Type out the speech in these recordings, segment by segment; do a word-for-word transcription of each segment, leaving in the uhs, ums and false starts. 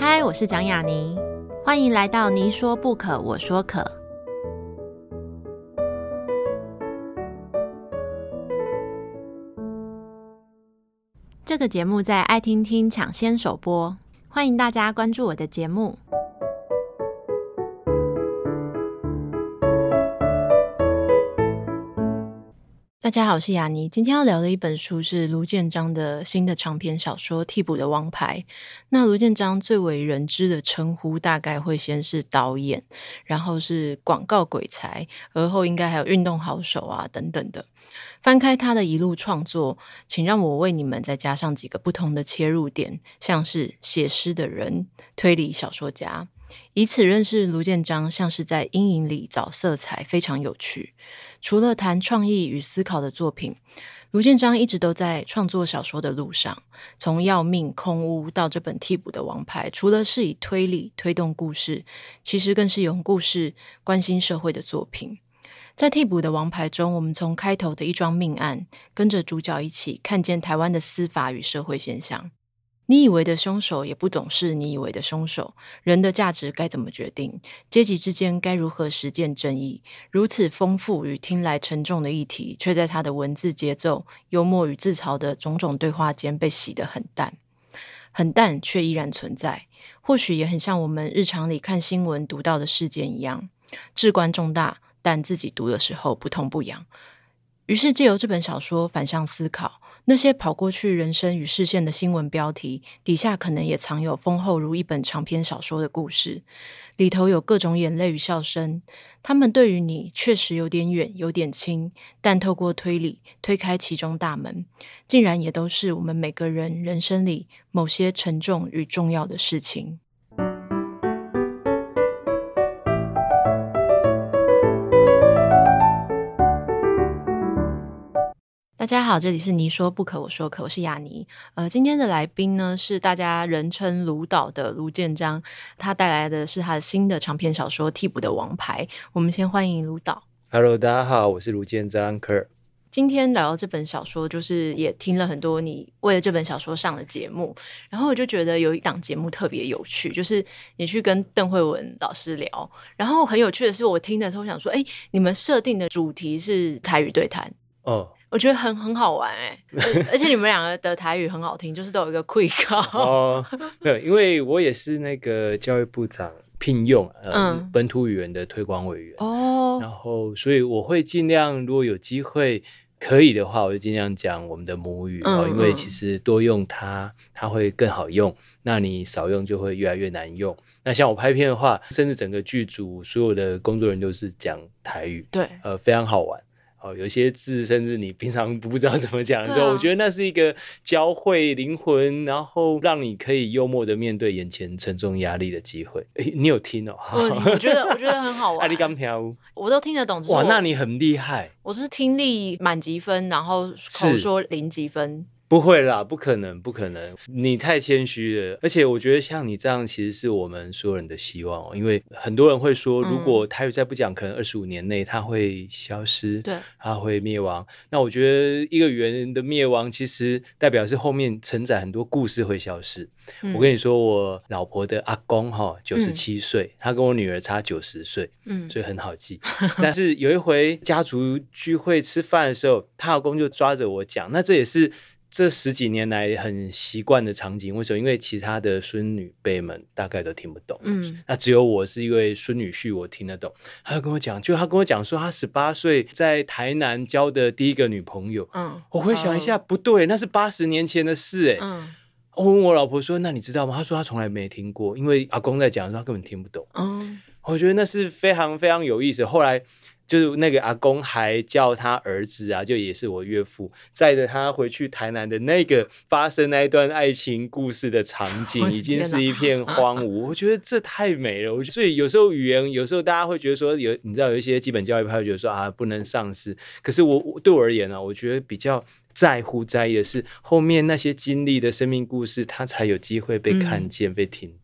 嗨，我是蒋雅妮，欢迎来到你说不可，我说可。这个节目在爱听听抢先首播，欢迎大家关注我的节目。大家好，我是雅妮。今天要聊的一本书是卢建彰的新的长篇小说《替补的王牌》。那卢建彰最为人知的称呼大概会先是导演，然后是广告鬼才，而后应该还有运动好手啊等等的。翻开他的一路创作，请让我为你们再加上几个不同的切入点，像是写诗的人、推理小说家，以此认识卢建彰像是在阴影里找色彩，非常有趣。除了谈创意与思考的作品，卢建彰一直都在创作小说的路上，从要命、空屋到这本替补的王牌，除了是以推理推动故事，其实更是用故事关心社会的作品。在替补的王牌中，我们从开头的一桩命案，跟着主角一起看见台湾的司法与社会现象。你以为的凶手也不懂是你以为的凶手，人的价值该怎么决定，阶级之间该如何实践正义，如此丰富与听来沉重的议题，却在他的文字节奏、幽默与自嘲的种种对话间被洗得很淡。很淡却依然存在，或许也很像我们日常里看新闻读到的事件一样，至关重大，但自己读的时候不痛不痒。于是借由这本小说反向思考，那些跑过去人生与视线的新闻标题，底下可能也藏有丰厚如一本长篇小说的故事，里头有各种眼泪与笑声，他们对于你确实有点远，有点轻，但透过推理推开其中大门，竟然也都是我们每个人人生里某些沉重与重要的事情。大家好，这里是你说不可我说可，我是雅妮。呃，今天的来宾呢是大家人称卢导的卢建彰，他带来的是他的新的长篇小说《替补的王牌》。我们先欢迎卢导。 Hello， 大家好，我是卢建彰 Kurt。 今天聊到这本小说，就是也听了很多你为了这本小说上的节目，然后我就觉得有一档节目特别有趣，就是你去跟邓慧文老师聊，然后很有趣的是，我听的时候想说，哎，你们设定的主题是台语对谈哦。 我觉得很很好玩哎、欸，而且你们两个的台语很好听，就是都有一个会考哦，没有，因为我也是那个教育部长聘用呃、嗯、本土语言的推广委员哦，然后所以我会尽量，如果有机会可以的话，我就尽量讲我们的母语、嗯哦、因为其实多用它，它会更好用。那你少用就会越来越难用。那像我拍片的话，甚至整个剧组所有的工作人员都是讲台语， 对， 呃，非常好玩。哦，有些字甚至你平常不知道怎么讲的时候、啊、我觉得那是一个教会灵魂，然后让你可以幽默的面对眼前沉重压力的机会。你有听哦？ 我有听，我觉得我觉得很好玩。 啊，你刚听？ 我都听得懂。 哇，那你很厉害。 我是听力满级分，然后口说零级分。 不会啦，不可能，不可能，你太谦虚了。而且我觉得像你这样，其实是我们所有人的希望、哦、因为很多人会说，如果台语再不讲，可能二十五年内它会消失，对，它会灭亡。那我觉得一个语言的灭亡，其实代表是后面承载很多故事会消失。嗯、我跟你说，我老婆的阿公哈九十七岁，他跟我女儿差九十岁，嗯，所以很好记。但是有一回家族聚会吃饭的时候，他阿公就抓着我讲，那这也是这十几年来很习惯的场景。为什么？因为其他的孙女辈们大概都听不懂，嗯，那只有我是一位孙女婿，我听得懂。他就跟我讲，就他跟我讲说，他十八岁在台南交的第一个女朋友，嗯，我会想一下，不对，那是八十年前的事，哎，嗯，我问我老婆说，那你知道吗？她说她从来没听过，因为阿公在讲的时候，她根本听不懂，嗯，我觉得那是非常非常有意思。后来就是那个阿公还叫他儿子啊，就也是我岳父，载着他回去台南的那个发生那一段爱情故事的场景，已经是一片荒芜。我觉得这太美了。所以有时候语言，有时候大家会觉得说，有你知道有一些基本教育派会觉得说啊不能丧失。可是我对我而言呢、啊，我觉得比较在乎在意的是后面那些经历的生命故事，它才有机会被看见、嗯、被听到。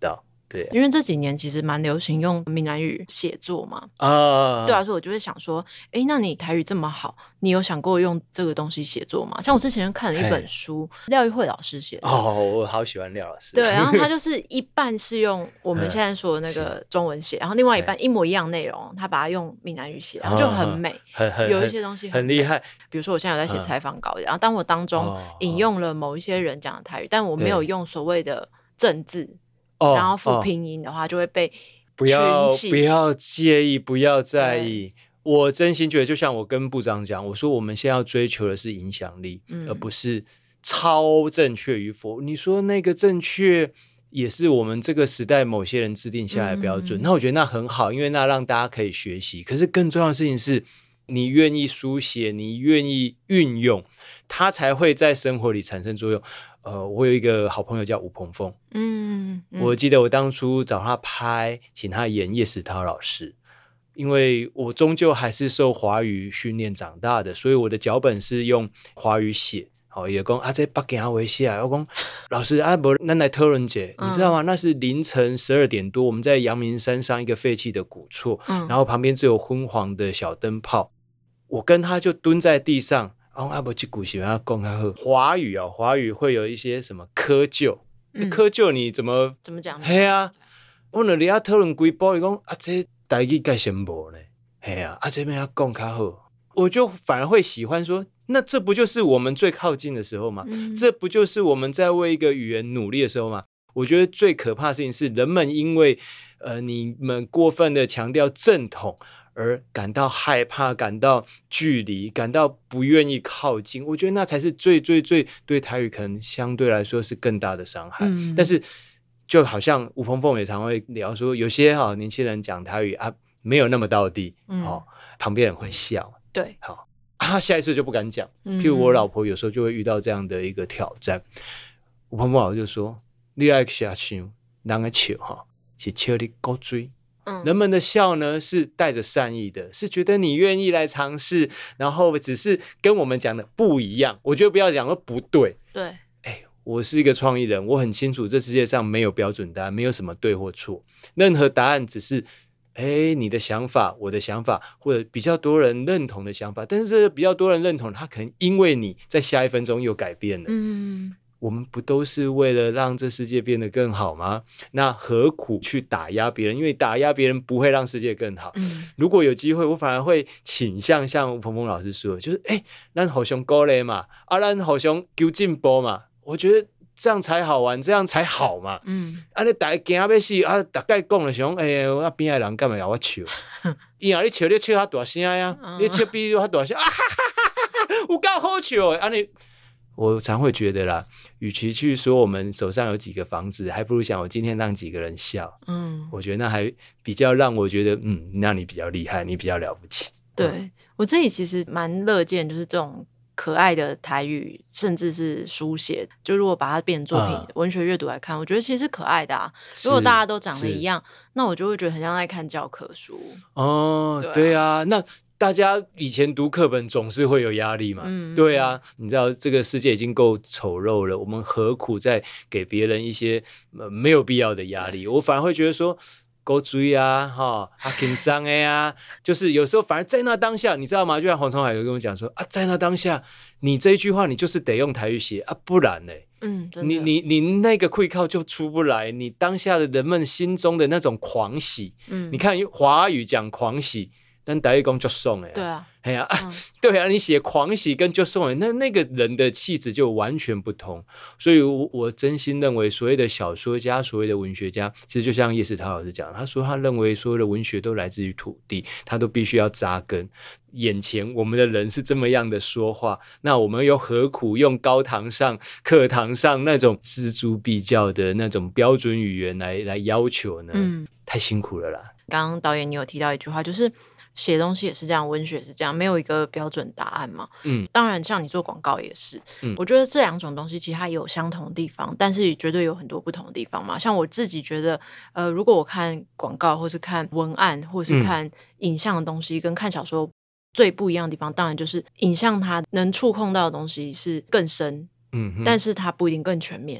对， 因为这几年其实蛮流行用闽南语写作嘛， 啊， 对啊，所以我就会想说，哎，那你台语这么好，你有想过用这个东西写作吗？像我之前看了一本书，廖玉慧老师写的。 哦，我好喜欢廖老师。 对，然后他就是一半是用我们现在说的那个中文写，然后另外一半一模一样内容，他把它用闽南语写，然后就很美， 很很有一些东西 很, 很厉害。 比如说我现在有在写采访稿，然后当我当中引用了某一些人讲的台语，但我没有用所谓的正字，然后附拼音的话，就会被不要不要介意，不要在意。我真心觉得，就像我跟部长讲，我说我们现在要追求的是影响力，嗯、而不是超正确与否。你说那个正确也是我们这个时代某些人制定下来的标准，嗯、那我觉得那很好，因为那让大家可以学习。可是更重要的事情是，你愿意书写，你愿意运用，它才会在生活里产生作用。呃，我有一个好朋友叫吴鹏凤，嗯，嗯我记得我当初找他拍，请他演叶石涛老师。因为我终究还是受华语训练长大的，所以我的脚本是用华语写。好，也讲啊，在北京啊，维西啊，我讲老师啊，不，咱来讨论节，你知道吗？嗯、那是凌晨十二点多，我们在阳明山上一个废弃的古厝，嗯、然后旁边只有昏黄的小灯泡。我跟他就蹲在地上，啊，啊不，这古喜欢讲他喝华语哦，华语会有一些什么窠臼，嗯、窠臼你怎么怎么讲？ 嘿啊，我那里啊讨论几步，伊讲啊这。台语该先无呢，嘿啊，啊这边要讲较好，我就反而会喜欢说，那这不就是我们最靠近的时候吗？嗯、这不就是我们在为一个语言努力的时候吗？我觉得最可怕的事情是，人们因为呃你们过分的强调正统而感到害怕，感到距离，感到不愿意靠近。我觉得那才是最最最对台语可能相对来说是更大的伤害。嗯、但是。就好像吴鹏凤也常会聊说，有些哈、哦、年轻人讲台语啊，没有那么道地，嗯哦、旁边人会笑， 对， 好、啊，下一次就不敢讲。譬如我老婆有时候就会遇到这样的一个挑战，吴鹏凤老师就说：“你爱瞎想，人的笑哈是笑你够追。”嗯，人们的笑呢是带着善意的，是觉得你愿意来尝试，然后只是跟我们讲的不一样。我觉得不要讲说不对， 对。 我是一个创意人，我很清楚这世界上没有标准答案，没有什么对或错，任何答案只是哎你的想法，我的想法，或者比较多人认同的想法，但是这个比较多人认同，他可能因为你在下一分钟又改变了。嗯，我们不都是为了让这世界变得更好吗？那何苦去打压别人？因为打压别人不会让世界更好。嗯、如果有机会，我反而会倾向像鹏鹏老师说的，就是哎咱互相鼓励嘛，啊咱互相求进步嘛。我觉得这样才好玩，这样才好嘛。嗯，啊，你大家惊要死啊！大概讲了想，哎、欸，我边的人干嘛要我笑？伊啊，你笑你笑他大声呀，嗯、你笑比他大声啊！哈哈哈哈有够好笑啊！你，我常会觉得啦，与其去说我们手上有几个房子，还不如想我今天让几个人笑。嗯，我觉得那还比较让我觉得，嗯，那你比较厉害，你比较了不起。 对、嗯、我自己其实蛮乐见，就是这种。可爱的台语，甚至是书写，就如果把它变成作品、嗯、文学阅读来看，我觉得其实是可爱的啊。如果大家都长得一样，那我就会觉得很像在看教科书。 哦，对啊，对啊，那大家以前读课本总是会有压力嘛。嗯，对啊，你知道这个世界已经够丑陋了，我们何苦再给别人一些、呃、没有必要的压力？我反而会觉得说。够追啊，哈，啊，轻松的啊，就是有时候反而在那当下，你知道吗？就像黄崇海有跟我讲说啊，在那当下，你这一句话你就是得用台语写啊，不然呢，嗯，你你你那个溃靠就出不来，你当下的人们心中的那种狂喜，嗯，你看华语讲狂喜，但台语讲就送哎， 对啊。 哎呀、嗯啊，对啊，你写狂喜跟就送人，那那个人的气质就完全不同。所以我，我真心认为，所谓的小说家，所谓的文学家，其实就像叶石涛老师讲，他说他认为所有的文学都来自于土地，他都必须要扎根。眼前我们的人是这么样的说话，那我们又何苦用高堂上、课堂上那种锱铢必较的那种标准语言来来要求呢？嗯，太辛苦了啦。 刚刚导演你有提到一句话，就是写东西也是这样，文学也是这样，没有一个标准答案嘛。嗯，当然像你做广告也是，嗯，我觉得这两种东西其实它也有相同的地方，但是也绝对有很多不同的地方嘛。像我自己觉得，呃，如果我看广告或是看文案或是看影像的东西，嗯、跟看小说最不一样的地方，当然就是影像它能触控到的东西是更深，嗯，但是它不一定更全面。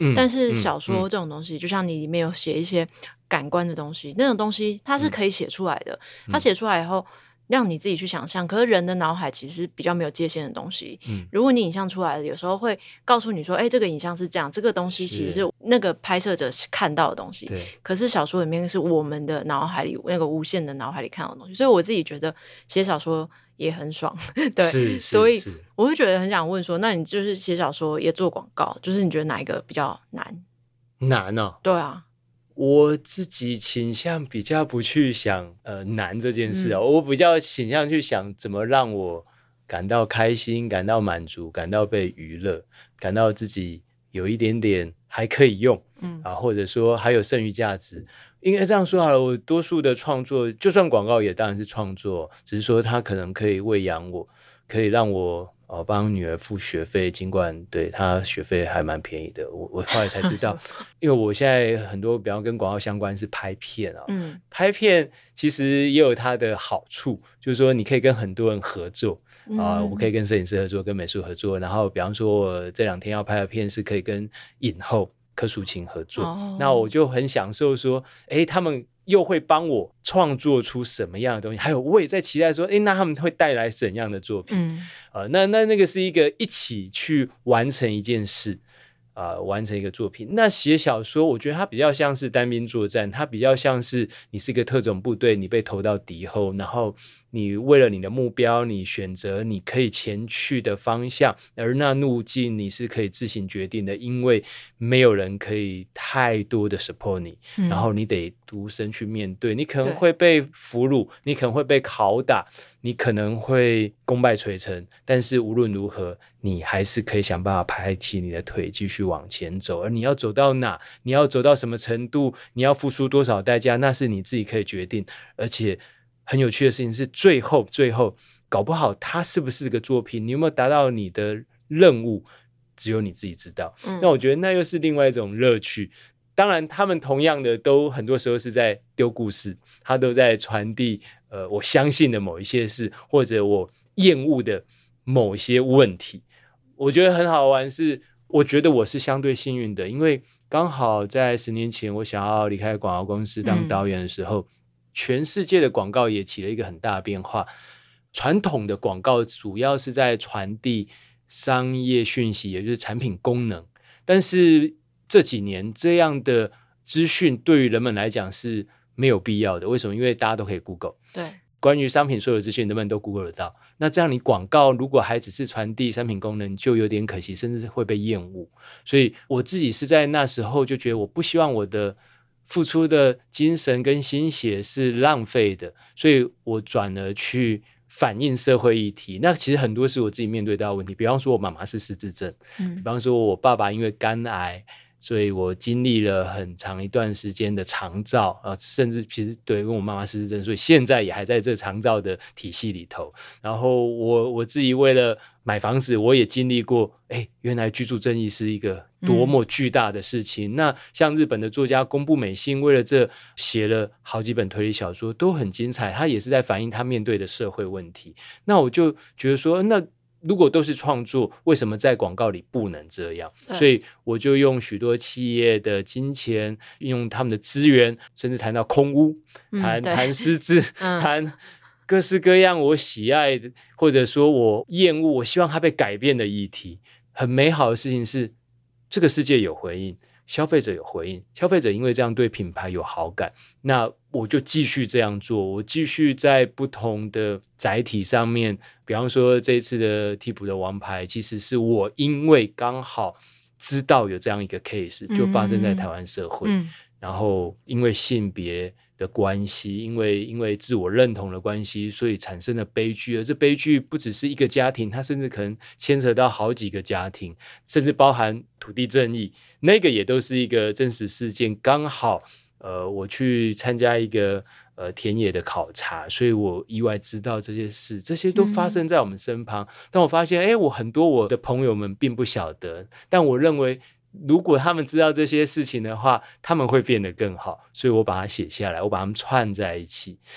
嗯、但是小说这种东西、嗯嗯、就像你里面有写一些感官的东西，那种东西它是可以写出来的、嗯、它写出来以后让你自己去想象，可是人的脑海其实比较没有界限的东西、嗯、如果你影像出来了，有时候会告诉你说哎、欸，这个影像是这样，这个东西其实是那个拍摄者看到的东西，可是小说里面是我们的脑海里那个无限的脑海里看到的东西，所以我自己觉得写小说也很爽对，所以我会觉得很想问说，那你就是写小说也做广告，就是你觉得哪一个比较难？ 难哦， 对啊， 我自己倾向比较不去想呃难这件事啊、嗯，我比较倾向去想怎么让我感到开心，感到满足，感到被娱乐，感到自己有一点点还可以用，嗯啊，或者说还有剩余价值。应该这样说好了，我多数的创作，就算广告也当然是创作，只是说它可能可以喂养我，可以让我哦，帮女儿付学费，尽管对她学费还蛮便宜的，我我后来才知道，因为我现在很多，比方跟广告相关是拍片啊、哦嗯，拍片其实也有它的好处，就是说你可以跟很多人合作啊、呃嗯，我可以跟摄影师合作，跟美术合作，然后比方说我这两天要拍的片是可以跟影后柯淑琴合作、哦，那我就很享受说，哎，他们又会帮我创作出什么样的东西，还有我也在期待说，诶，那他们会带来怎样的作品、嗯呃、那那那个是一个一起去完成一件事、呃、完成一个作品。那写小说我觉得它比较像是单兵作战，它比较像是你是一个特种部队，你被投到敌后，然后你为了你的目标，你选择你可以前去的方向，而那路径你是可以自行决定的，因为没有人可以太多的 support 你、嗯、然后你得独身去面对，你可能会被俘虏，你可能会被拷打，你可能会功败垂成，但是无论如何你还是可以想办法拍起你的腿继续往前走，而你要走到哪，你要走到什么程度，你要付出多少代价，那是你自己可以决定。而且很有趣的事情是，最后最后搞不好它是不是个作品，你有没有达到你的任务，只有你自己知道、嗯、那我觉得那又是另外一种乐趣。当然他们同样的都很多时候是在丢故事，他都在传递呃我相信的某一些事，或者我厌恶的某些问题。我觉得很好玩是，我觉得我是相对幸运的，因为刚好在十年前我想要离开广告公司当导演的时候、嗯、全世界的广告也起了一个很大的变化。传统的广告主要是在传递商业讯息，也就是产品功能，但是这几年这样的资讯对于人们来讲是没有必要的。为什么？因为大家都可以 Google， 对，关于商品所有的资讯人们都 Google 得到，那这样你广告如果还只是传递商品功能就有点可惜，甚至会被厌恶。所以我自己是在那时候就觉得我不希望我的付出的精神跟心血是浪费的，所以我转而去反映社会议题。那其实很多是我自己面对到的问题，比方说我妈妈是失智症、嗯、比方说我爸爸因为肝癌，所以我经历了很长一段时间的长照、啊、甚至其实对，因为我妈妈失智症，所以现在也还在这长照的体系里头。然后我我自己为了买房子，我也经历过，哎，原来居住正义是一个多么巨大的事情、嗯、那像日本的作家宫部美幸为了这写了好几本推理小说，都很精彩，他也是在反映他面对的社会问题。那我就觉得说，那如果都是创作，为什么在广告里不能这样？所以我就用许多企业的金钱，用他们的资源，甚至谈到空污，谈、嗯、谈失智、嗯、谈各式各样我喜爱的，或者说我厌恶，我希望它被改变的议题。很美好的事情是，这个世界有回应，消费者有回应，消费者因为这样对品牌有好感，那我就继续这样做，我继续在不同的载体上面，比方说这一次的替补的王牌，其实是我因为刚好知道有这样一个 case 就发生在台湾社会、嗯、然后因为性别的关系，因为因为自我认同的关系，所以产生了悲剧。而这悲剧不只是一个家庭，它甚至可能牵扯到好几个家庭，甚至包含土地正义，那个也都是一个真实事件。刚好呃，我去参加一个呃田野的考察，所以我意外知道这些事，这些都发生在我们身旁、嗯、但我发现哎，我很多我的朋友们并不晓得，但我认为如果他们知道这些事情的话，他们会变得更好，所以我把它写下来，我把它们串在一起。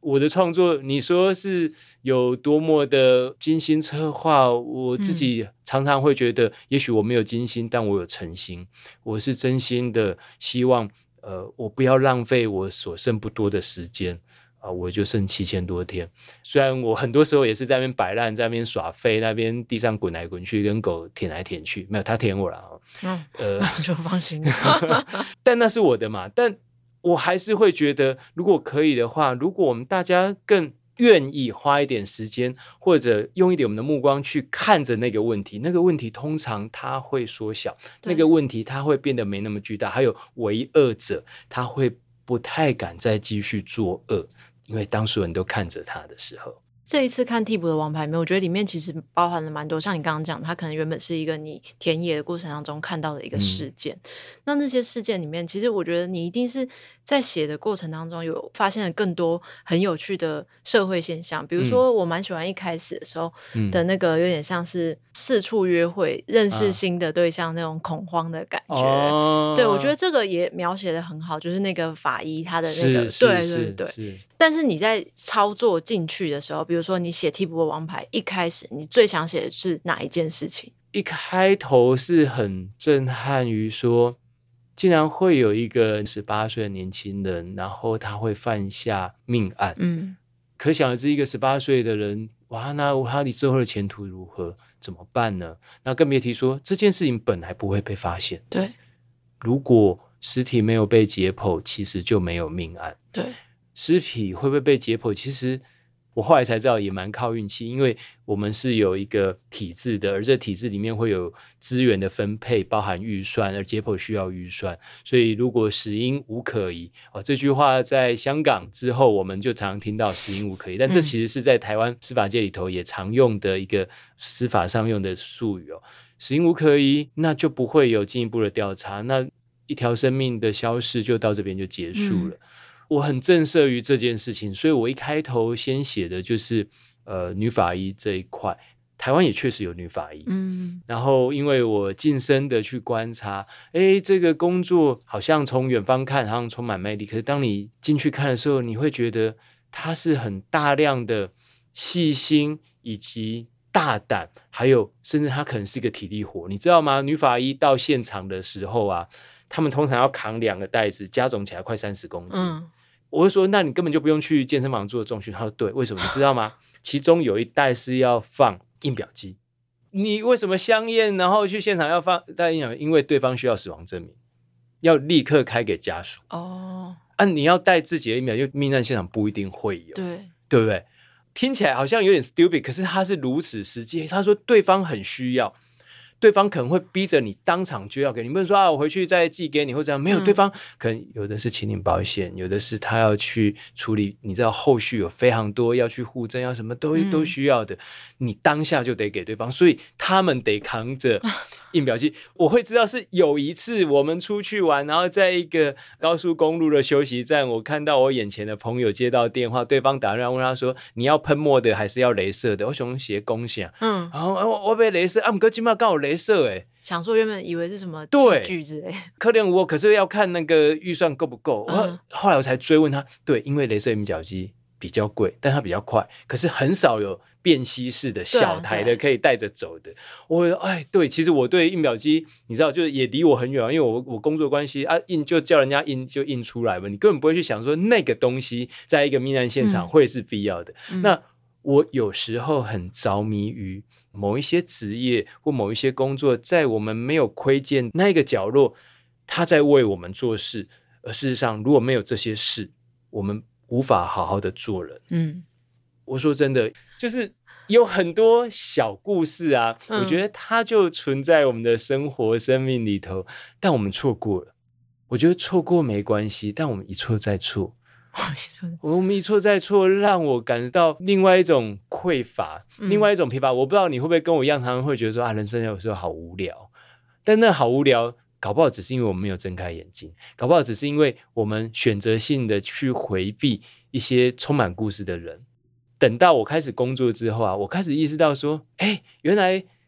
我的创作你说是有多么的精心策划，我自己常常会觉得也许我没有精心，但我有诚心，我是真心的希望呃，我不要浪费我所剩不多的时间啊，我就剩七千多天。虽然我很多时候也是在那边摆烂，在那边耍废，那边地上滚来滚去，跟狗舔来舔去，没有它舔我了， 嗯， 呃， 就放心但那是我的嘛，但我还是会觉得，如果可以的话，如果我们大家更愿意花一点时间，或者用一点我们的目光去看着那个问题，那个问题通常它会缩小，那个问题它会变得没那么巨大，还有为恶者他会不太敢再继续作恶，因为当所有人都看着他的时候。 这一次看替补的王牌里面，我觉得里面其实包含了蛮多，像你刚刚讲，它可能原本是一个你田野的过程当中看到的一个事件、嗯、那那些事件里面，其实我觉得你一定是在写的过程当中有发现了更多很有趣的社会现象，比如说我蛮喜欢一开始的时候的那个有点像是四处约会认识新的对象那种恐慌的感觉、哦、对，我觉得这个也描写的很好，就是那个法医他的那个对对对对，但是你在操作进去的时候，比如说你写替补的王牌，一开始你最想写的是哪一件事情？ 一开头是很震撼于说竟然会有一个十八岁的年轻人，然后他会犯下命案，嗯，可想而知一个十八岁的人，哇，那他离之后的前途如何，怎么办呢？那更别提说这件事情本来不会被发现， 对， 如果尸体没有被解剖，其实就没有命案， 对， 尸体会不会被解剖，其实我后来才知道也蛮靠运气，因为我们是有一个体制的，而这体制里面会有资源的分配，包含预算，而解剖需要预算，所以如果死因无可疑、哦、这句话在香港之后我们就常常听到死因无可疑，但这其实是在台湾司法界里头也常用的一个司法上用的术语哦。死因无可疑，那就不会有进一步的调查，那一条生命的消逝就到这边就结束了、嗯，我很震慑于这件事情，所以我一开头先写的就是呃女法医这一块。台湾也确实有女法医，嗯，然后因为我近身的去观察，诶，这个工作好像从远方看好像充满魅力，可是当你进去看的时候，你会觉得它是很大量的细心以及大胆，还有甚至它可能是一个体力活，你知道吗？女法医到现场的时候啊，他们通常要扛两个袋子，加总起来快三十公斤。嗯，我会说，那你根本就不用去健身房做重训。他说对，为什么？你知道吗？其中有一袋是要放印表机。你为什么相验，然后去现场要放带印表？因为对方需要死亡证明，要立刻开给家属。哦，啊，你要带自己的印表，因为命案现场不一定会有， 对， 对不对？听起来好像有点 stupid， 可是他是如此实际。他说对方很需要。对方可能会逼着你当场就要给你，不能说啊，我回去再寄给你或者这样，没有、嗯、对方可能有的是请领保险，有的是他要去处理，你知道后续有非常多要去户政要什么都、嗯、都需要的，你当下就得给对方，所以他们得扛着印表机。我会知道是有一次我们出去玩，然后在一个高速公路的休息站，我看到我眼前的朋友接到电话，对方打电话问他说你要喷墨的还是要雷射的，我想写恭喜啊，嗯，然后我我被雷射啊，不过今晚刚好雷射诶， 想说原本以为是什么器具之类， 可能我可是要看那个预算够不够、嗯、后来我才追问他，对，因为雷射印表机比较贵，但它比较快，可是很少有便携式的小台的可以带着走的。我哎，对，其实我对印表机你知道就是也离我很远，因为我我工作关系啊，印就叫人家印就印出来嘛，你根本不会去想说那个东西在一个命案现场会是必要的、嗯、那我有时候很着迷于某一些职业或某一些工作，在我们没有窥见那个角落，他在为我们做事，而事实上如果没有这些事，我们无法好好的做人。嗯，我说真的，就是有很多小故事啊、嗯、我觉得它就存在我们的生活生命里头，但我们错过了。我觉得错过没关系，但我们一错再错，我们一错再错，让我感到另外一种匮乏、嗯、另外一种疲乏。我不知道你会不会跟我一样，常常会觉得说啊，人生有时候好无聊，但那好无聊搞不好只是因为我们没有睁开眼睛，搞不好只是因为我们选择性的去回避一些充满故事的人。等到我开始工作之后啊，我开始意识到说，哎，原来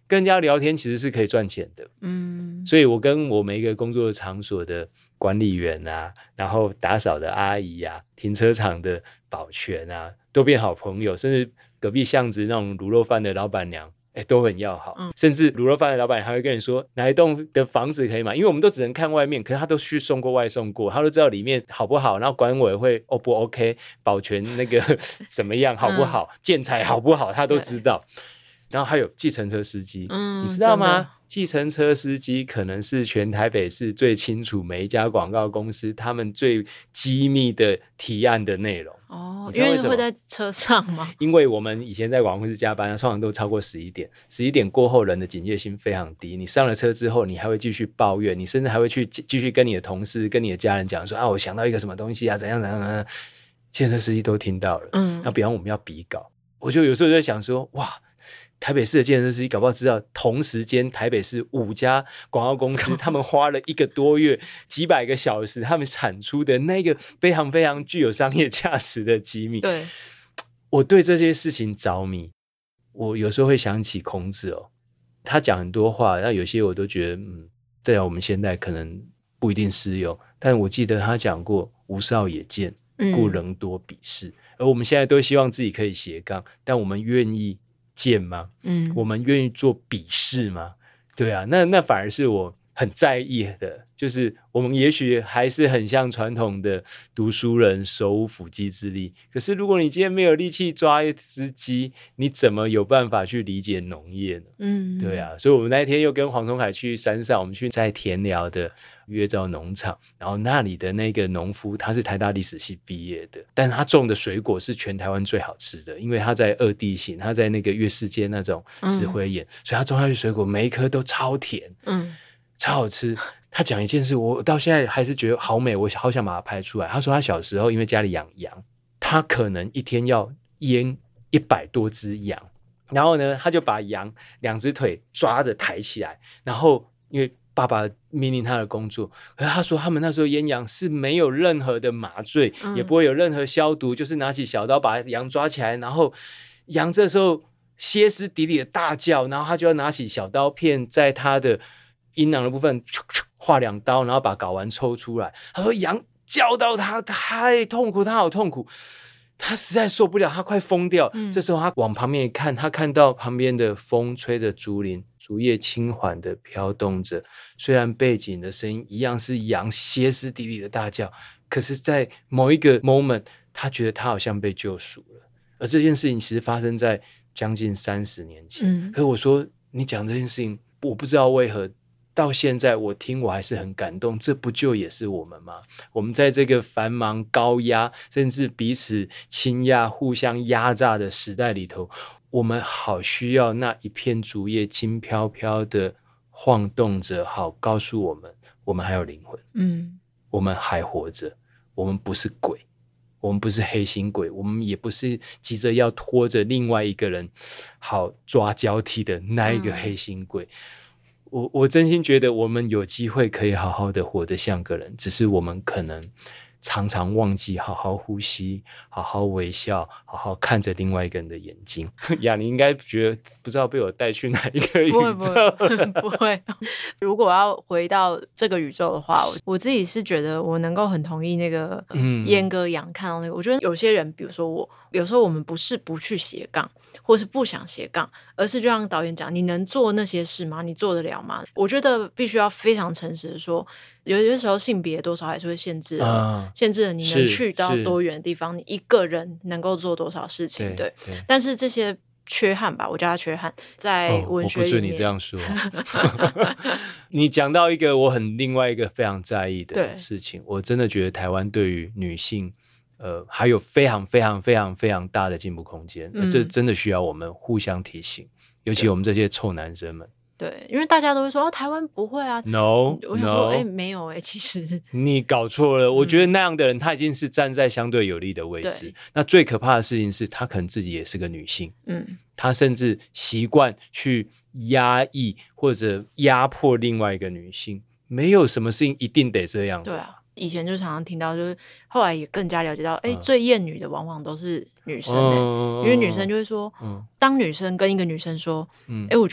跟人家聊天其实是可以赚钱的。嗯，所以我跟我每一个工作场所的管理员啊，然后打扫的阿姨啊，停车场的保全啊，都变好朋友，甚至隔壁巷子那种卤肉饭的老板娘哎，都很要好、嗯、甚至卤肉饭的老板还会跟你说哪一栋的房子可以买，因为我们都只能看外面，可是他都去送过外送过，他都知道里面好不好，然后管委会 O 不 OK， 保全那个怎么样好不好、嗯、建材好不好他都知道。然后还有计程车司机、嗯、你知道吗？计程车司机可能是全台北市最清楚每一家广告公司他们最机密的提案的内容哦，因为会在车上吗？ 因为我们以前在广告公司加班通常都超过十一点，十一点过后人的警戒心非常低，你上了车之后你还会继续抱怨，你甚至还会去继续跟你的同事跟你的家人讲说啊，我想到一个什么东西啊，怎样怎样怎样，计程车司机都听到了。嗯，那比方我们要比稿，我就有时候就在想说哇，台北市的计程车司机搞不好知道同时间台北市五家广告公司他们花了一个多月几百个小时他们产出的那个非常非常具有商业价值的机密。 对， 我对这些事情着迷，我有时候会想起孔子哦，他讲很多话，那有些我都觉得嗯，在我们现在可能不一定适用，但我记得他讲过无少也见，故人多鄙视、嗯、而我们现在都希望自己可以斜杠，但我们愿意见吗？嗯，我们愿意做笔试吗？对啊，那那反而是我很在意的，就是我们也许还是很像传统的读书人，手无缚鸡之力。可是如果你今天没有力气抓一只鸡，你怎么有办法去理解农业呢？嗯，对啊，所以我们那一天又跟黄崇凯去山上，我们去在田寮的约照农场，然后那里的那个农夫他是台大历史系毕业的，但是他种的水果是全台湾最好吃的，因为他在二地形，他在那个月世界那种石灰岩、嗯、所以他种下去水果每一颗都超甜，嗯，超好吃。他讲一件事我到现在还是觉得好美，我好想把它拍出来。他说他小时候因为家里养羊，他可能一天要腌一百多只羊，然后呢他就把羊两只腿抓着抬起来，然后因为爸爸命令他的工作，可是他说他们那时候腌羊是没有任何的麻醉、嗯、也不会有任何消毒，就是拿起小刀把羊抓起来，然后羊这时候歇斯底里的大叫，然后他就要拿起小刀片在他的阴囊的部分划两刀，然后把睾丸抽出来。他说羊叫到他太痛苦，他好痛苦，他实在受不了，他快疯掉、嗯、这时候他往旁边一看，他看到旁边的风吹着竹林，竹叶轻缓的飘动着，虽然背景的声音一样是羊歇斯底里的大叫，可是在某一个 moment 他觉得他好像被救赎了。而这件事情其实发生在将近三十年前、嗯、可是我说你讲这件事情我不知道为何到现在我听我还是很感动，这不就也是我们吗？我们在这个繁忙高压甚至彼此倾轧互相压榨的时代里头，我们好需要那一片竹叶轻飘飘的晃动着，好告诉我们我们还有灵魂，嗯，我们还活着，我们不是鬼，我们不是黑心鬼，我们也不是急着要拖着另外一个人好抓交替的那一个黑心鬼、嗯，我我真心觉得我们有机会可以好好的活得像个人，只是我们可能常常忘记好好呼吸，好好微笑，好好看着另外一个人的眼睛。呀，你应该觉得不知道被我带去哪一个宇宙。 不会不会如果要回到这个宇宙的话，我自己是觉得我能够很同意那个阉割羊看到那个、嗯、我觉得有些人比如说我有时候我们不是不去斜杠或是不想斜杠，而是就像导演讲，你能做那些事吗？你做得了吗？我觉得必须要非常诚实的说，有些时候性别多少还是会限制了、呃、限制了你能去到多远的地方，你一个人能够做多少事情。 对, 对, 对，但是这些缺憾吧，我叫它缺憾，在文学里面、哦、我不准你这样说你讲到一个我很另外一个非常在意的事情，我真的觉得台湾对于女性呃，还有非常非常非常非常大的进步空间、嗯、这真的需要我们互相提醒，尤其我们这些臭男生们。 对，因为大家都会说哦，台湾不会啊 No 我想说哎、欸，没有哎、欸，其实你搞错了、嗯、我觉得那样的人他已经是站在相对有利的位置，那最可怕的事情是他可能自己也是个女性，嗯，他甚至习惯去压抑或者压迫另外一个女性，没有什么事情一定得这样的。 对啊，以前就常常听到，就是后来也更加了解到哎、欸，最厌女的往往都是女生、欸嗯、因为女生就会说、嗯、当女生跟一个女生说哎、嗯欸，我觉得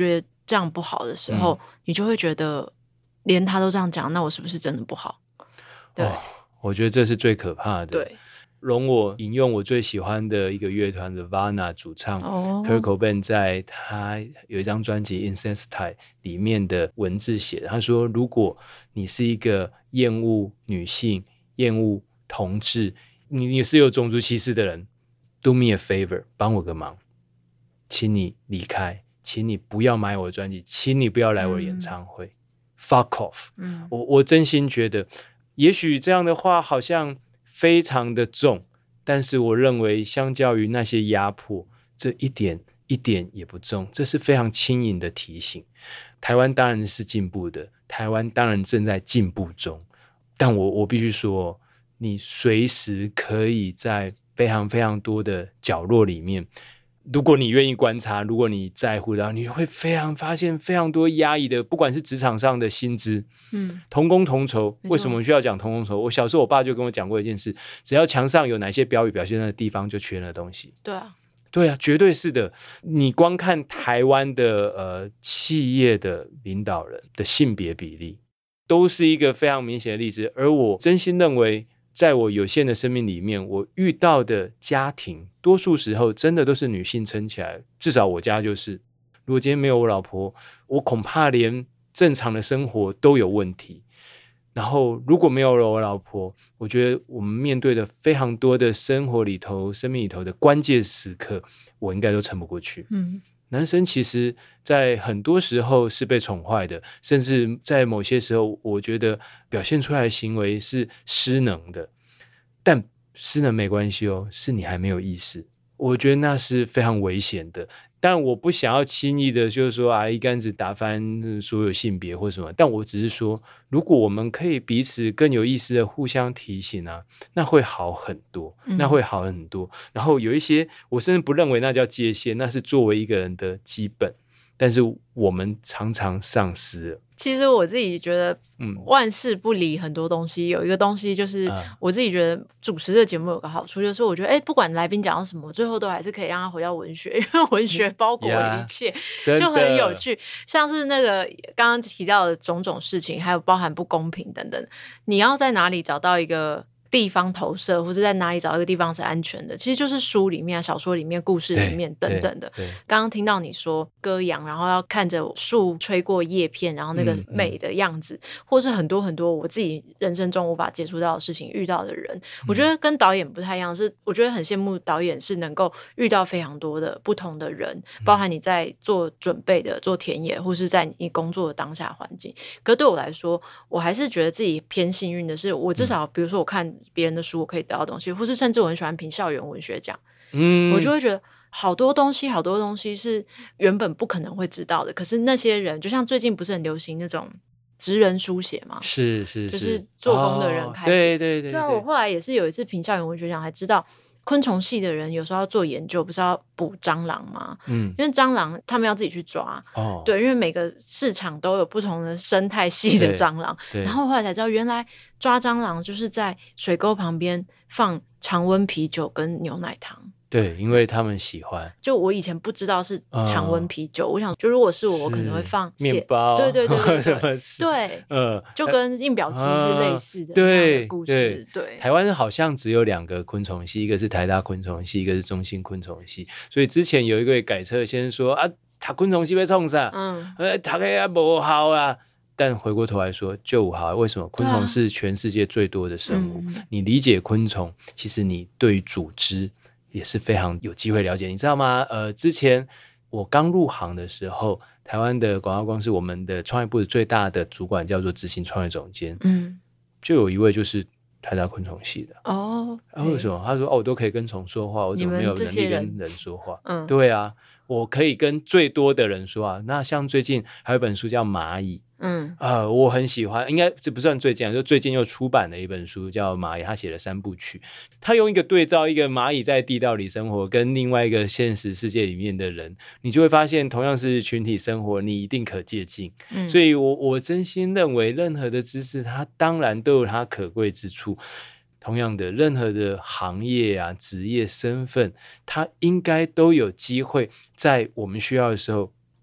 这样不好的时候、嗯、你就会觉得连他都这样讲，那我是不是真的不好？对、哦、 我觉得这是最可怕的。 对， 容我引用我最喜欢的一个乐团的 Nirvana 主唱、哦、Kurt Cobain 在他有一张专辑 Incesticide 里面的文字写的，他说如果你是一个厌恶女性厌恶同志，你也是有种族歧视的人， Do me a favor 帮我个忙，请你离开，请你不要买我的专辑，请你不要来我的演唱会、嗯、Fuck off、嗯、我, 我真心觉得也许这样的话好像非常的重，但是我认为相较于那些压迫，这一点一点也不重，这是非常轻盈的提醒。台湾当然是进步的，台湾当然正在进步中，但我我必须说，你随时可以在非常非常多的角落里面，如果你愿意观察，如果你在乎的，你会非常发现非常多压抑的，不管是职场上的薪资，嗯，同工同酬。为什么需要讲同工同酬？我小时候我爸就跟我讲过一件事，只要墙上有哪些标语表现的地方，就缺那东西。 对啊， 对啊，绝对是的。你光看台湾的呃企业的领导人的性别比例，都是一个非常明显的例子。而我真心认为，在我有限的生命里面，我遇到的家庭多数时候真的都是女性撑起来，至少我家就是。如果今天没有我老婆，我恐怕连正常的生活都有问题。然后如果没有了我老婆，我觉得我们面对的非常多的生活里头生命里头的关键时刻，我应该都撑不过去。嗯，男生其实在很多时候是被宠坏的，甚至在某些时候我觉得表现出来的行为是失能的。但失能没关系哦，是你还没有意识，我觉得那是非常危险的。但我不想要轻易的就是说啊，一竿子打翻所有性别或什么，但我只是说，如果我们可以彼此更有意识的互相提醒啊，那会好很多，那会好很多、嗯、然后有一些我甚至不认为那叫界限，那是作为一个人的基本，但是我们常常丧失了。 其实我自己觉得万事不离很多东西、嗯、有一个东西就是我自己觉得主持的节目有个好处，就是我觉得哎，不管来宾讲到什么，最后都还是可以让他回到文学，因为文学包裹了一切、yeah, 就很有趣。像是那个刚刚提到的种种事情，还有包含不公平等等，你要在哪里找到一个地方投射，或者在哪里找一个地方是安全的，其实就是书里面、小说里面、故事里面等等的。刚刚听到你说歌扬，然后要看着树吹过叶片，然后那个美的样子、嗯嗯、或是很多很多我自己人生中无法接触到的事情，遇到的人、嗯、我觉得跟导演不太一样，是我觉得很羡慕导演是能够遇到非常多的不同的人、嗯、包含你在做准备的做田野，或是在你工作的当下环境。可是对我来说，我还是觉得自己偏幸运的是，我至少、嗯、比如说我看别人的书我可以得到东西，或是甚至我很喜欢评校园文学奖、嗯、我就会觉得好多东西好多东西是原本不可能会知道的，可是那些人就像最近不是很流行那种职人书写嘛， 是是是， 就是做工的人开始、哦、 对对 对, 对, 对啊，我后来也是有一次评校园文学奖才知道昆虫系的人有时候要做研究，不是要捕蟑螂吗？嗯，因为蟑螂他们要自己去抓，哦，对，因为每个市场都有不同的生态系的蟑螂，然后后来才知道，原来抓蟑螂就是在水沟旁边放常温啤酒跟牛奶糖。 对，因为他们喜欢。 就我以前不知道是常温啤酒、嗯、我想就如果是我，我可能会放面包， 对对对对对对， 对，呃，就跟印表机是类似的、呃、 对的故事。对， 对台湾好像只有两个昆虫系，一个是台大昆虫系，一个是中兴昆虫系。所以之前有一位改册先说啊，读昆虫系要创啥？嗯，呃，读的也不好啊。但回过头来说就有好，为什么？昆虫是全世界最多的生物、啊、你理解昆虫，其实你对于组织也是非常有机会了解，你知道吗？呃，之前我刚入行的时候，台湾的广告公司，我们的创业部的最大的主管叫做执行创业总监，嗯，就有一位就是台大昆虫系的哦。啊、为什么？他说哦，我都可以跟虫说话，我怎么没有能力跟人说话？嗯，对啊，我可以跟最多的人说啊。那像最近还有一本书叫《蚂蚁》。嗯，呃，我很喜欢，应该这不算最近，就最近又出版了一本书叫《蚂蚁》，他写了三部曲，他用一个对照，一个蚂蚁在地道里生活，跟另外一个现实世界里面的人，你就会发现，同样是群体生活，你一定可借鉴。嗯，所以我我真心认为，任何的知识，它当然都有它可贵之处。同样的，任何的行业啊、职业、身份，它应该都有机会在我们需要的时候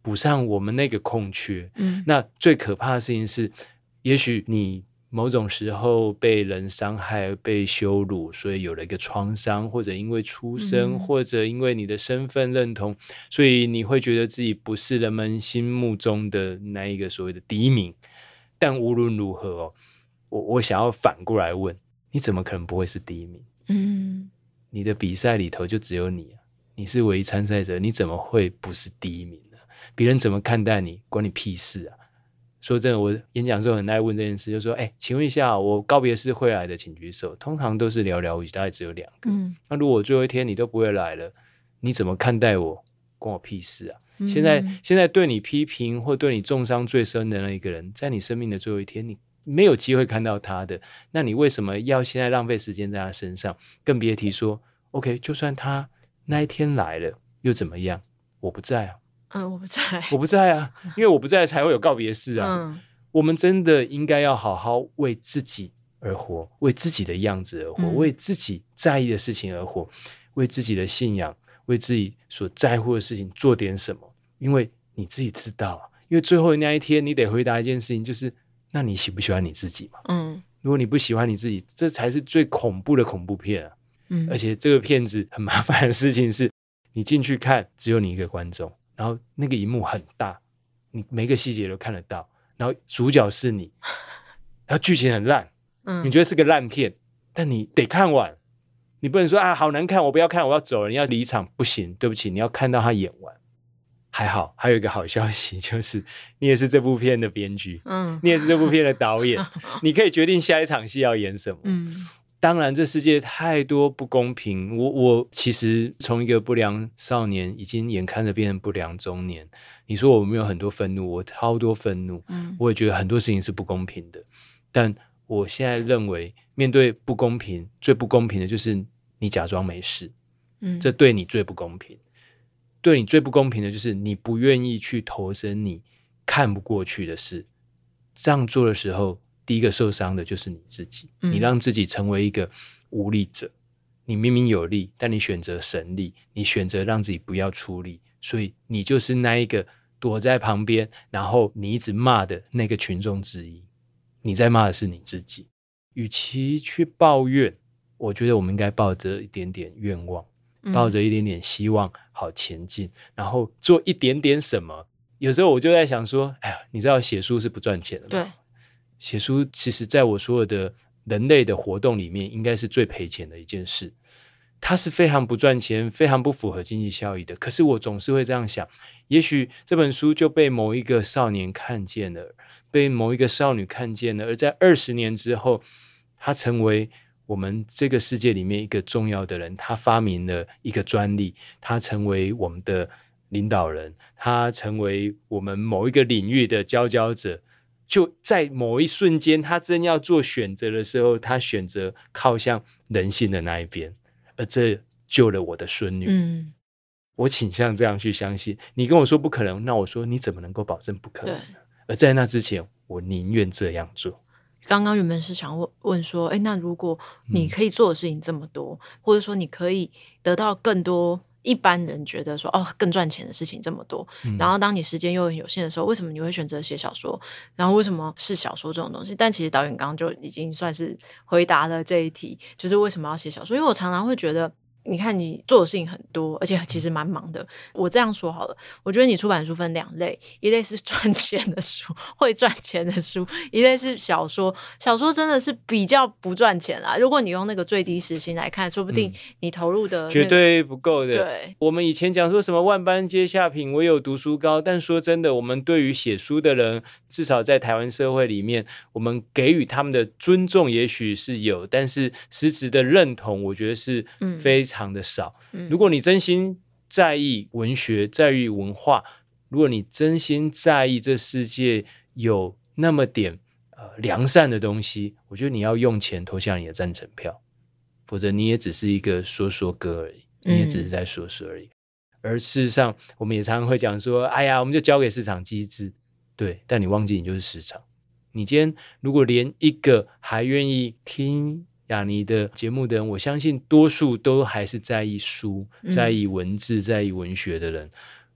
补上我们那个空缺。 嗯， 那最可怕的事情是，也许你某种时候被人伤害、被羞辱，所以有了一个创伤，或者因为出生、 嗯、 或者因为你的身份认同，所以你会觉得自己不是人们心目中的那一个所谓的第一名。但无论如何哦，我我想要反过来问，你怎么可能不会是第一名？ 嗯， 你的比赛里头就只有你啊，你是唯一参赛者，你怎么会不是第一名呢？别人怎么看待你，关你屁事啊！说真的，我演讲的时候很爱问这件事，就说：“哎，请问一下，我告别式会来的，请举手。”通常都是寥寥无几，大概只有两个。嗯，那如果最后一天你都不会来了，你怎么看待我？关我屁事啊！嗯、现在现在对你批评或对你重伤最深的那一个人，在你生命的最后一天，你没有机会看到他的，那你为什么要现在浪费时间在他身上？更别提说 ，OK， 就算他那一天来了，又怎么样？我不在啊。 嗯，我不在， 我不在啊，因为我不在才会有告别式啊。嗯、我们真的应该要好好为自己而活，为自己的样子而活，嗯、为自己在意的事情而活，为自己的信仰，为自己所在乎的事情做点什么。因为你自己知道，因为最后那一天你得回答一件事情，就是那你喜不喜欢你自己嘛？嗯，如果你不喜欢你自己，这才是最恐怖的恐怖片啊。嗯，而且这个片子很麻烦的事情是，你进去看只有你一个观众。然后那个萤幕很大，你每个细节都看得到，然后主角是你，然后剧情很烂，嗯，你觉得是个烂片，但你得看完，你不能说啊好难看，我不要看，我要走了，你要离场，不行，对不起，你要看到他演完。还好，还有一个好消息，就是你也是这部片的编剧，嗯，你也是这部片的导演，你可以决定下一场戏要演什么。嗯，当然，这世界太多不公平。我我其实从一个不良少年，已经眼看着变成不良中年。你说我没有很多愤怒，我超多愤怒。嗯，我也觉得很多事情是不公平的。但我现在认为，面对不公平，最不公平的就是你假装没事。嗯，这对你最不公平。对你最不公平的就是你不愿意去投身你看不过去的事。这样做的时候，第一个受伤的就是你自己，你让自己成为一个无力者。你明明有力，但你选择神力，你选择让自己不要出力，所以你就是那一个躲在旁边，然后你一直骂的那个群众之一。你在骂的是你自己。与其去抱怨，我觉得我们应该抱着一点点愿望，抱着一点点希望，好前进，然后做一点点什么。有时候我就在想说，哎呀，你知道写书是不赚钱的吗？ 对。 写书其实在我所有的人类的活动里面应该是最赔钱的一件事，它是非常不赚钱，非常不符合经济效益的。可是我总是会这样想，也许这本书就被某一个少年看见了，被某一个少女看见了，而在二十年之后，他成为我们这个世界里面一个重要的人，他发明了一个专利，他成为我们的领导人，他成为我们某一个领域的佼佼者。就在某一瞬间，他正要做选择的时候，他选择靠向人性的那一边，而这救了我的孙女。嗯，我倾向这样去相信。你跟我说不可能，那我说你怎么能够保证不可能呢？而在那之前，我宁愿这样做。 刚刚原本是想问问说，哎，那如果你可以做的事情这么多，嗯、或者说你可以得到更多。一般人觉得说哦，更赚钱的事情这么多，嗯、然后当你时间又很有限的时候，为什么你会选择写小说？然后为什么是小说这种东西？但其实导演刚刚就已经算是回答了这一题，就是为什么要写小说？因为我常常会觉得，你看你做的事情很多，而且其实蛮忙的。我这样说好了，我觉得你出版书分两类，一类是赚钱的书，会赚钱的书，一类是小说。小说真的是比较不赚钱啦。如果你用那个最低时薪来看，说不定你投入的、那个嗯、绝对不够的。 对， 我们以前讲说什么万般皆下品，唯有读书高。但说真的，我们对于写书的人，至少在台湾社会里面，我们给予他们的尊重也许是有，但是实质的认同，我觉得是非常常的少。如果你真心在意文学，在意文化，如果你真心在意这世界有那么点、呃、良善的东西，我觉得你要用钱投下你的赞成票，否则你也只是一个说说歌而已，你也只是在说说而已。嗯、而事实上我们也常常会讲说，哎呀，我们就交给市场机制。对，但你忘记你就是市场。你今天如果连一个还愿意听雅尼的节目的人，我相信多数都还是在意书、在意文字、在意文学的人。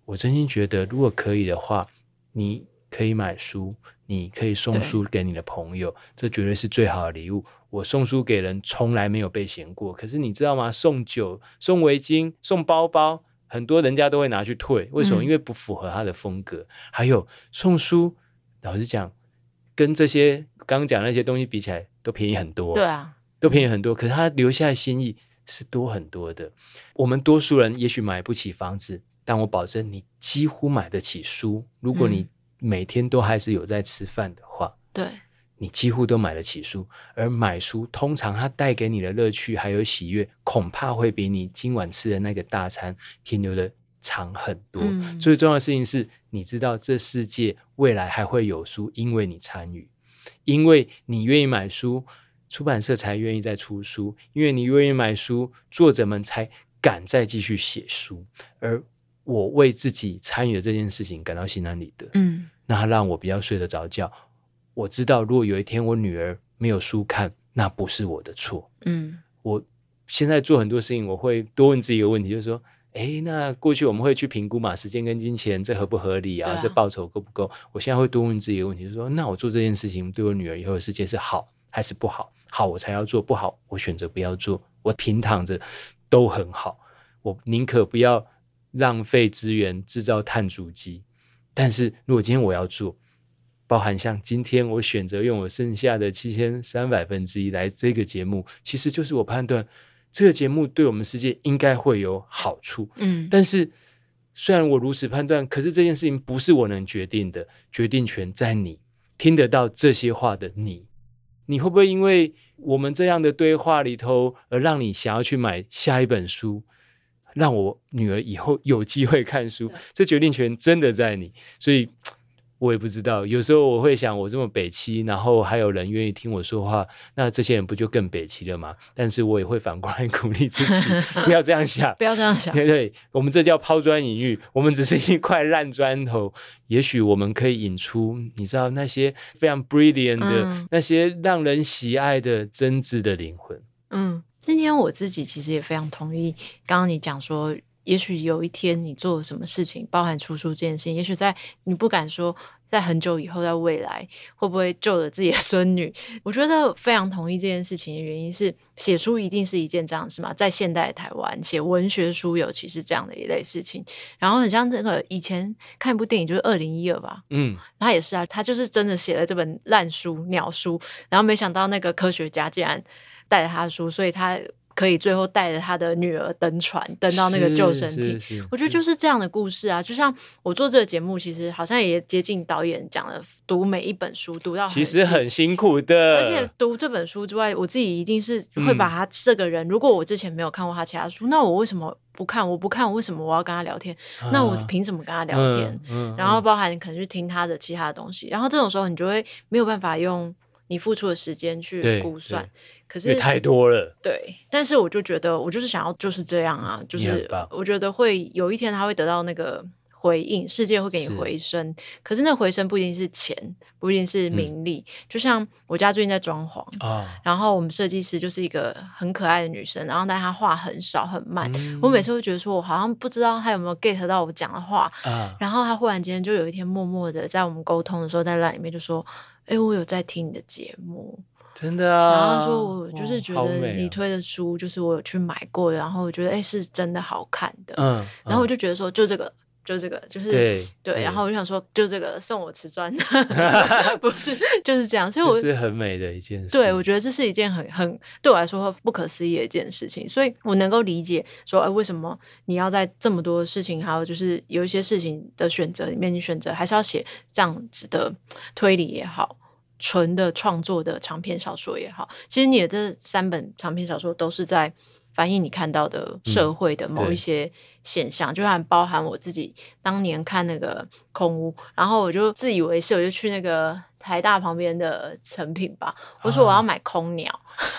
我真心觉得如果可以的话，你可以买书，你可以送书给你的朋友，这绝对是最好的礼物。我送书给人从来没有被嫌过，可是你知道吗？送酒、送围巾、送包包，很多人家都会拿去退，为什么？嗯、因为不符合他的风格。还有送书，老实讲，跟这些刚刚讲那些东西比起来，都便宜很多。 对啊， 都便宜很多，可是他留下的心意是多很多的。我们多数人也许买不起房子，但我保证你几乎买得起书。如果你每天都还是有在吃饭的话， 对、嗯， 你几乎都买得起书。而买书通常它带给你的乐趣还有喜悦，恐怕会比你今晚吃的那个大餐停留的长很多。嗯、最重要的事情是，你知道这世界未来还会有书，因为你参与，因为你愿意买书，出版社才愿意再出书，因为你愿意买书，作者们才敢再继续写书。而我为自己参与的这件事情感到心安理得，嗯，那它让我比较睡得着觉。我知道如果有一天我女儿没有书看，那不是我的错，嗯，我现在做很多事情我会多问自己一个问题，就是说诶，那过去我们会去评估嘛，时间跟金钱这合不合理 啊, 啊这报酬够不够。我现在会多问自己一个问题，就是说那我做这件事情对我女儿以后的世界是好还是不好？好我才要做，不好我选择不要做。我平躺着都很好，我宁可不要浪费资源制造碳足迹。但是如果今天我要做，包含像今天我选择用我剩下的七千三百分之一来这个节目，其实就是我判断这个节目对我们世界应该会有好处。嗯，但是虽然我如此判断，可是这件事情不是我能决定的，决定权在你听得到这些话的你。你会不会因为我们这样的对话里头而让你想要去买下一本书，让我女儿以后有机会看书？这决定权真的在你。所以我也不知道，有时候我会想，我这么北七，然后还有人愿意听我说话，那这些人不就更北七了吗？但是我也会反过来鼓励自己不要这样想不要这样想， 对对，我们这叫抛砖引玉，我们只是一块烂砖头，也许我们可以引出你知道那些非常 brilliant 的、嗯、那些让人喜爱的真挚的灵魂。 嗯，今天我自己其实也非常同意刚刚你讲说，也许有一天你做了什么事情，包含出书这件事情，也许在你不敢说在很久以后，在未来会不会救了自己的孙女。我觉得非常同意这件事情的原因是，写书一定是一件这样的事嘛，在现代的台湾写文学书尤其是这样的一类事情。然后很像这个以前看一部电影就是二零一二吧，嗯，他也是啊，他就是真的写了这本烂书鸟书，然后没想到那个科学家竟然带着他的书，所以他可以最后带着他的女儿登船登到那个救生艇。我觉得就是这样的故事啊，就像我做这个节目其实好像也接近导演讲的，读每一本书读到很其实很辛苦的， 而且读这本书之外，我自己一定是会把他这个人、嗯、如果我之前没有看过他其他书，那我为什么不看？我不看，我为什么我要跟他聊天、啊、那我凭什么跟他聊天、嗯嗯、然后包含你可能去听他的其他的东西，然后这种时候你就会没有办法用你付出的时间去估算，可是太多了。 对，但是我就觉得我就是想要就是这样啊，就是我觉得会有一天他会得到那个回应，世界会给你回声，可是那回声不一定是钱，不一定是名利、嗯、就像我家最近在装潢、哦、然后我们设计师就是一个很可爱的女生，然后但她话很少很慢、嗯、我每次会觉得说我好像不知道她有没有 get 到我讲的话、啊、然后她忽然间就有一天默默的在我们沟通的时候在 LINE 里面就说哎，我有在听你的节目， 真的啊。 然后他说我就是觉得你推的书就是我有去买过，然后我觉得哎是真的好看的，嗯，然后我就觉得说就这个就这个就是对 对, 对，然后我就想说就这个送我瓷砖不是就是这样，所以我这是很美的一件事。 对，我觉得这是一件很很对我来说不可思议的一件事情，所以我能够理解说哎为什么你要在这么多事情还有就是有一些事情的选择里面你选择还是要写这样子的推理也好，纯的创作的长篇小说也好，其实你的这三本长篇小说都是在反映你看到的社会的某一些现象、嗯、就还包含我自己当年看那个空屋，然后我就自以为是，我就去那个台大旁边的成品吧，我说我要买空鸟、啊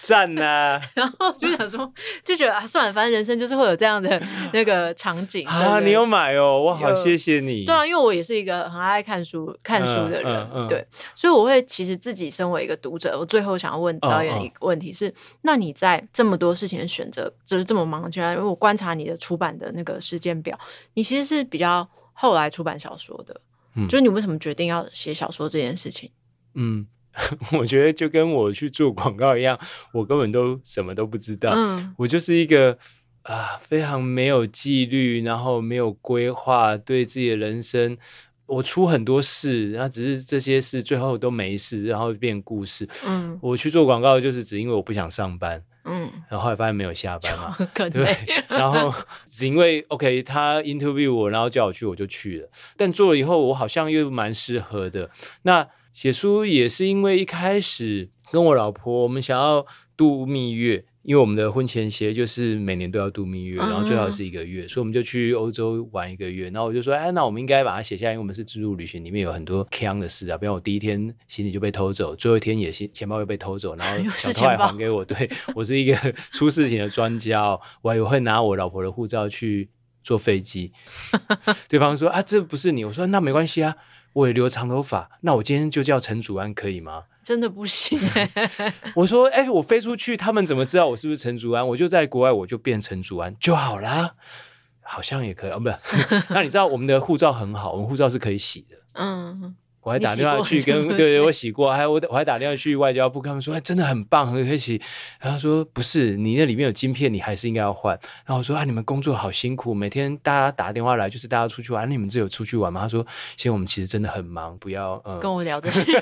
赞啊！ 然后就想说，就觉得啊，算了，反正人生就是会有这样的那个场景啊。你有买哦，我好谢谢你。 对啊，因为我也是一个很爱看书、看书的人， 嗯嗯嗯、 对，所以我会其实自己身为一个读者，我最后想要问导演一个问题是：哦哦那你在这么多事情的选择，就是这么忙的情况下，因为我观察你的出版的那个时间表，你其实是比较后来出版小说的，嗯、就是你为什么决定要写小说这件事情？ 嗯。我觉得就跟我去做广告一样，我根本都什么都不知道，嗯、我就是一个啊非常没有纪律，然后没有规划，对自己的人生，我出很多事，然后只是这些事最后都没事，然后变故事。嗯，我去做广告就是只因为我不想上班，嗯，然后后来发现没有下班嘛，对，然后只因为 OK 他 interview 我，然后叫我去我就去了，但做了以后我好像又蛮适合的。那写书也是因为一开始跟我老婆我们想要度蜜月，因为我们的婚前协就是每年都要度蜜月，然后最好是一个月，嗯、所以我们就去欧洲玩一个月。然后我就说，哎，那我们应该把它写下来，因为我们是自助旅行，里面有很多鏘的事啊，比如我第一天行李就被偷走，最后一天也钱包又被偷走，然后小偷还还给我。对，我是一个出事情的专家哦，我还会拿我老婆的护照去坐飞机。对方说啊，这不是你，我说那没关系啊。我也留长头发，那我今天就叫陈祖安可以吗？ 真的不行、欸、 我说哎、欸，我飞出去他们怎么知道我是不是陈祖安？我就在国外我就变陈祖安就好啦，好像也可以哦，不是那你知道我们的护照很好，我们护照是可以洗的，嗯，我还打电话去跟是是对我洗过，还我我还打电话去外交部，他们说、哎、真的很棒，很可以洗。然后说不是，你那里面有晶片，你还是应该要换。然后我说啊，你们工作好辛苦，每天大家打电话来就是大家出去玩，啊、你们这有出去玩吗？他说，现在我们其实真的很忙，不要、嗯、 跟我聊这些。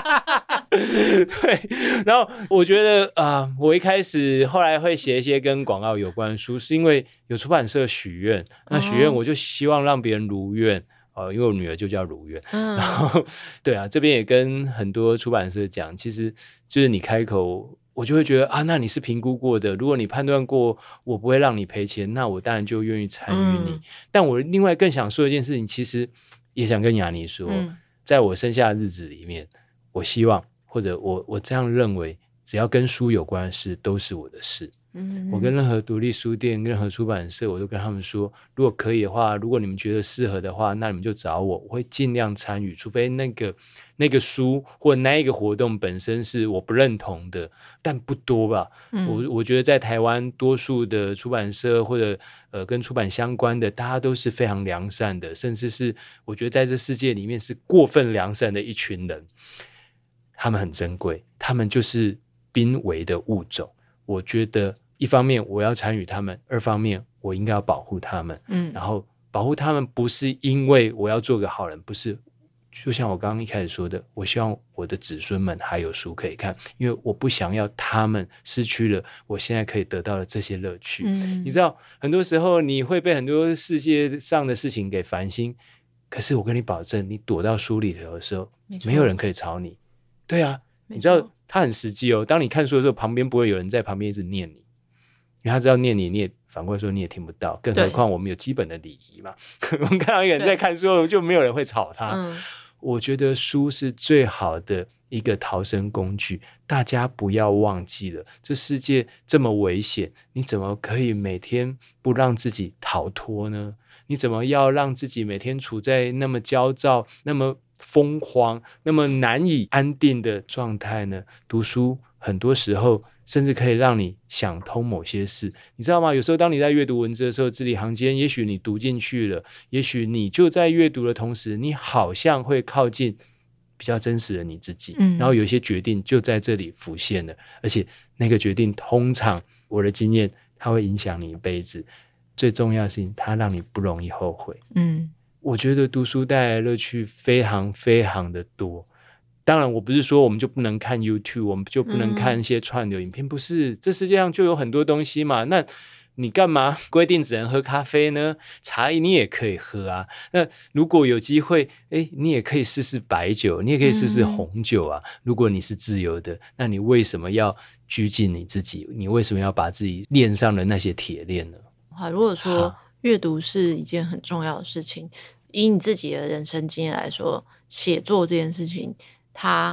对，然后我觉得啊、呃，我一开始后来会写一些跟广告有关的书，是因为有出版社许愿，那许愿我就希望让别人如愿。哦，因为我女儿就叫如愿，嗯、然后对啊，这边也跟很多出版社讲，其实就是你开口，我就会觉得啊，那你是评估过的，如果你判断过我不会让你赔钱，那我当然就愿意参与你。嗯、但我另外更想说一件事情，其实也想跟雅妮说，嗯、在我剩下的日子里面，我希望或者我我这样认为，只要跟书有关的事都是我的事。嗯、我跟任何独立书店、任何出版社，我都跟他们说，如果可以的话，如果你们觉得适合的话，那你们就找我，我会尽量参与，除非那个那个书或那一个活动本身是我不认同的，但不多吧。嗯、我我觉得在台湾，多数的出版社或者呃跟出版相关的，大家都是非常良善的，甚至是我觉得在这世界里面是过分良善的一群人，他们很珍贵，他们就是濒危的物种。我觉得一方面我要参与他们，二方面我应该要保护他们。嗯，然后保护他们不是因为我要做个好人，不是，就像我刚刚一开始说的，我希望我的子孙们还有书可以看，因为我不想要他们失去了我现在可以得到的这些乐趣。嗯，你知道很多时候你会被很多世界上的事情给烦心，可是我跟你保证，你躲到书里头的时候，没有人可以吵你。对啊，你知道他很实际哦，当你看书的时候，旁边不会有人在旁边一直念你，因为他知道念你，你也反过来说你也听不到，更何况我们有基本的礼仪嘛。我们看到一个人在看书，就没有人会吵他。嗯、我觉得书是最好的一个逃生工具，大家不要忘记了，这世界这么危险，你怎么可以每天不让自己逃脱呢？你怎么要让自己每天处在那么焦躁、那么疯狂、那么难以安定的状态呢？读书很多时候甚至可以让你想通某些事，你知道吗？有时候当你在阅读文字的时候，字里行间也许你读进去了，也许你就在阅读的同时，你好像会靠近比较真实的你自己，嗯、然后有一些决定就在这里浮现了，而且那个决定通常我的经验它会影响你一辈子，最重要的事情它让你不容易后悔。嗯，我觉得读书带来的乐趣非常非常的多。当然我不是说我们就不能看 YouTube， 我们就不能看一些串流影片，嗯、不是，这世界上就有很多东西嘛，那你干嘛规定只能喝咖啡呢？茶你也可以喝啊，那如果有机会诶你也可以试试白酒，你也可以试试红酒啊，嗯、如果你是自由的，那你为什么要拘禁你自己？你为什么要把自己链上的那些铁链呢？ 好，如果说阅读是一件很重要的事情，以你自己的人生经验来说，写作这件事情它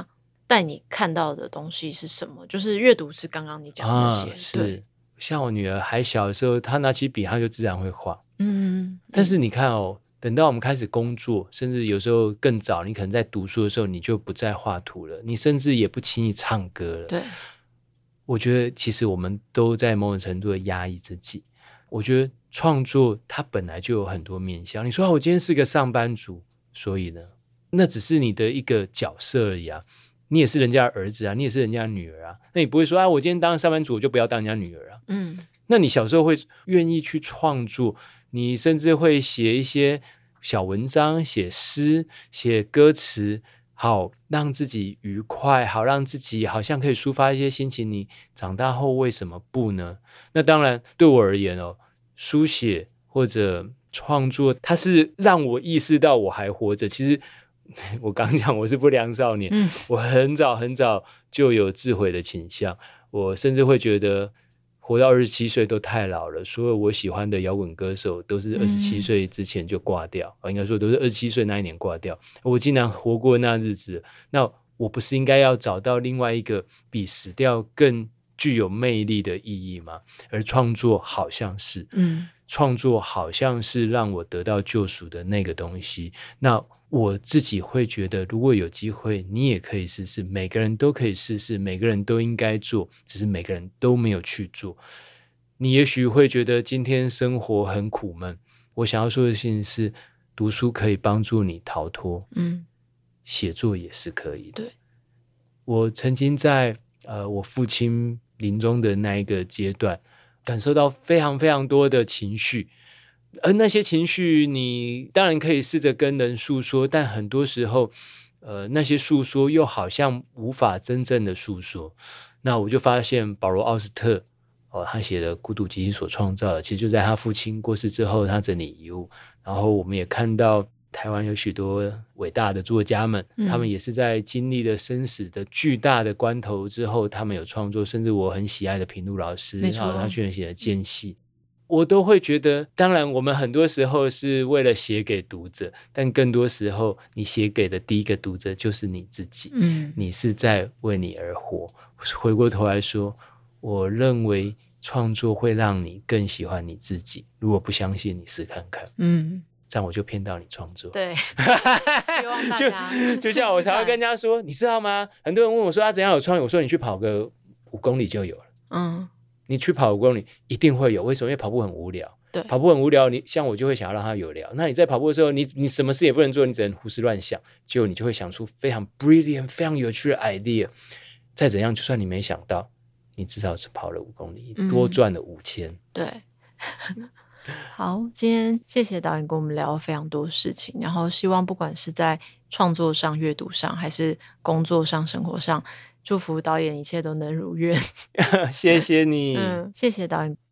带你看到的东西是什么？就是阅读是刚刚你讲的那些， 啊、是对， 像我女儿还小的时候，她拿起笔她就自然会画。 嗯， 但是你看哦，等到我们开始工作，甚至有时候更早，你可能在读书的时候，你就不再画图了，你甚至也不轻易唱歌了。 对， 我觉得其实我们都在某种程度的压抑自己。我觉得创作它本来就有很多面向。你说、啊、我今天是个上班族，所以呢，那只是你的一个角色而已啊。你也是人家的儿子啊，你也是人家的女儿啊。那你不会说啊，我今天当上班族，我就不要当人家女儿啊。 嗯， 那你小时候会愿意去创作，你甚至会写一些小文章，写诗，写歌词，好让自己愉快，好让自己好像可以抒发一些心情。你长大后为什么不呢？那当然对我而言哦，书写或者创作，它是让我意识到我还活着。其实我刚讲我是不良少年、嗯、我很早很早就有自毁的倾向，我甚至会觉得活到二十七岁都太老了，所有我喜欢的摇滚歌手都是二十七岁之前就挂掉、嗯、应该说都是二十七岁那一年挂掉，我竟然活过那日子，那我不是应该要找到另外一个比死掉更具有魅力的意义吗？而创作好像是嗯，创作好像是让我得到救赎的那个东西。那我自己会觉得如果有机会你也可以试试，每个人都可以试试，每个人都应该做，只是每个人都没有去做。你也许会觉得今天生活很苦闷，我想要说的事情是读书可以帮助你逃脱，嗯，写作也是可以的。对，我曾经在呃我父亲临终的那一个阶段感受到非常非常多的情绪，而那些情绪你当然可以试着跟人诉说，但很多时候呃，那些诉说又好像无法真正的诉说。那我就发现保罗·奥斯特、哦、他写的《孤独及其所创造的》其实就在他父亲过世之后他整理遗物。然后我们也看到台湾有许多伟大的作家们、嗯、他们也是在经历了生死的巨大的关头之后他们有创作，甚至我很喜爱的平路老师，没错，他去年写的《间隙》，我都会觉得当然我们很多时候是为了写给读者，但更多时候你写给的第一个读者就是你自己、嗯、你是在为你而活。回过头来说，我认为创作会让你更喜欢你自己，如果不相信你试看看，嗯，这样我就骗到你创作。 对，希望大家就, 就像我常常跟人家说，你知道吗？很多人问我说啊，怎样有创意？我说你去跑个五公里就有了。嗯，你去跑五公里一定会有，为什么？因为跑步很无聊。对，跑步很无聊，你像我就会想要让它有聊。那你在跑步的时候，你你什么事也不能做，你只能胡思乱想，结果你就会想出非常 brilliant、非常有趣的 idea。再怎样，就算你没想到，你至少是跑了五公里，嗯、多赚了五千。 对。好，今天谢谢导演跟我们聊了非常多事情，然后希望不管是在创作上、阅读上，还是工作上、生活上，祝福导演一切都能如愿。 谢谢你， 嗯，谢谢导演。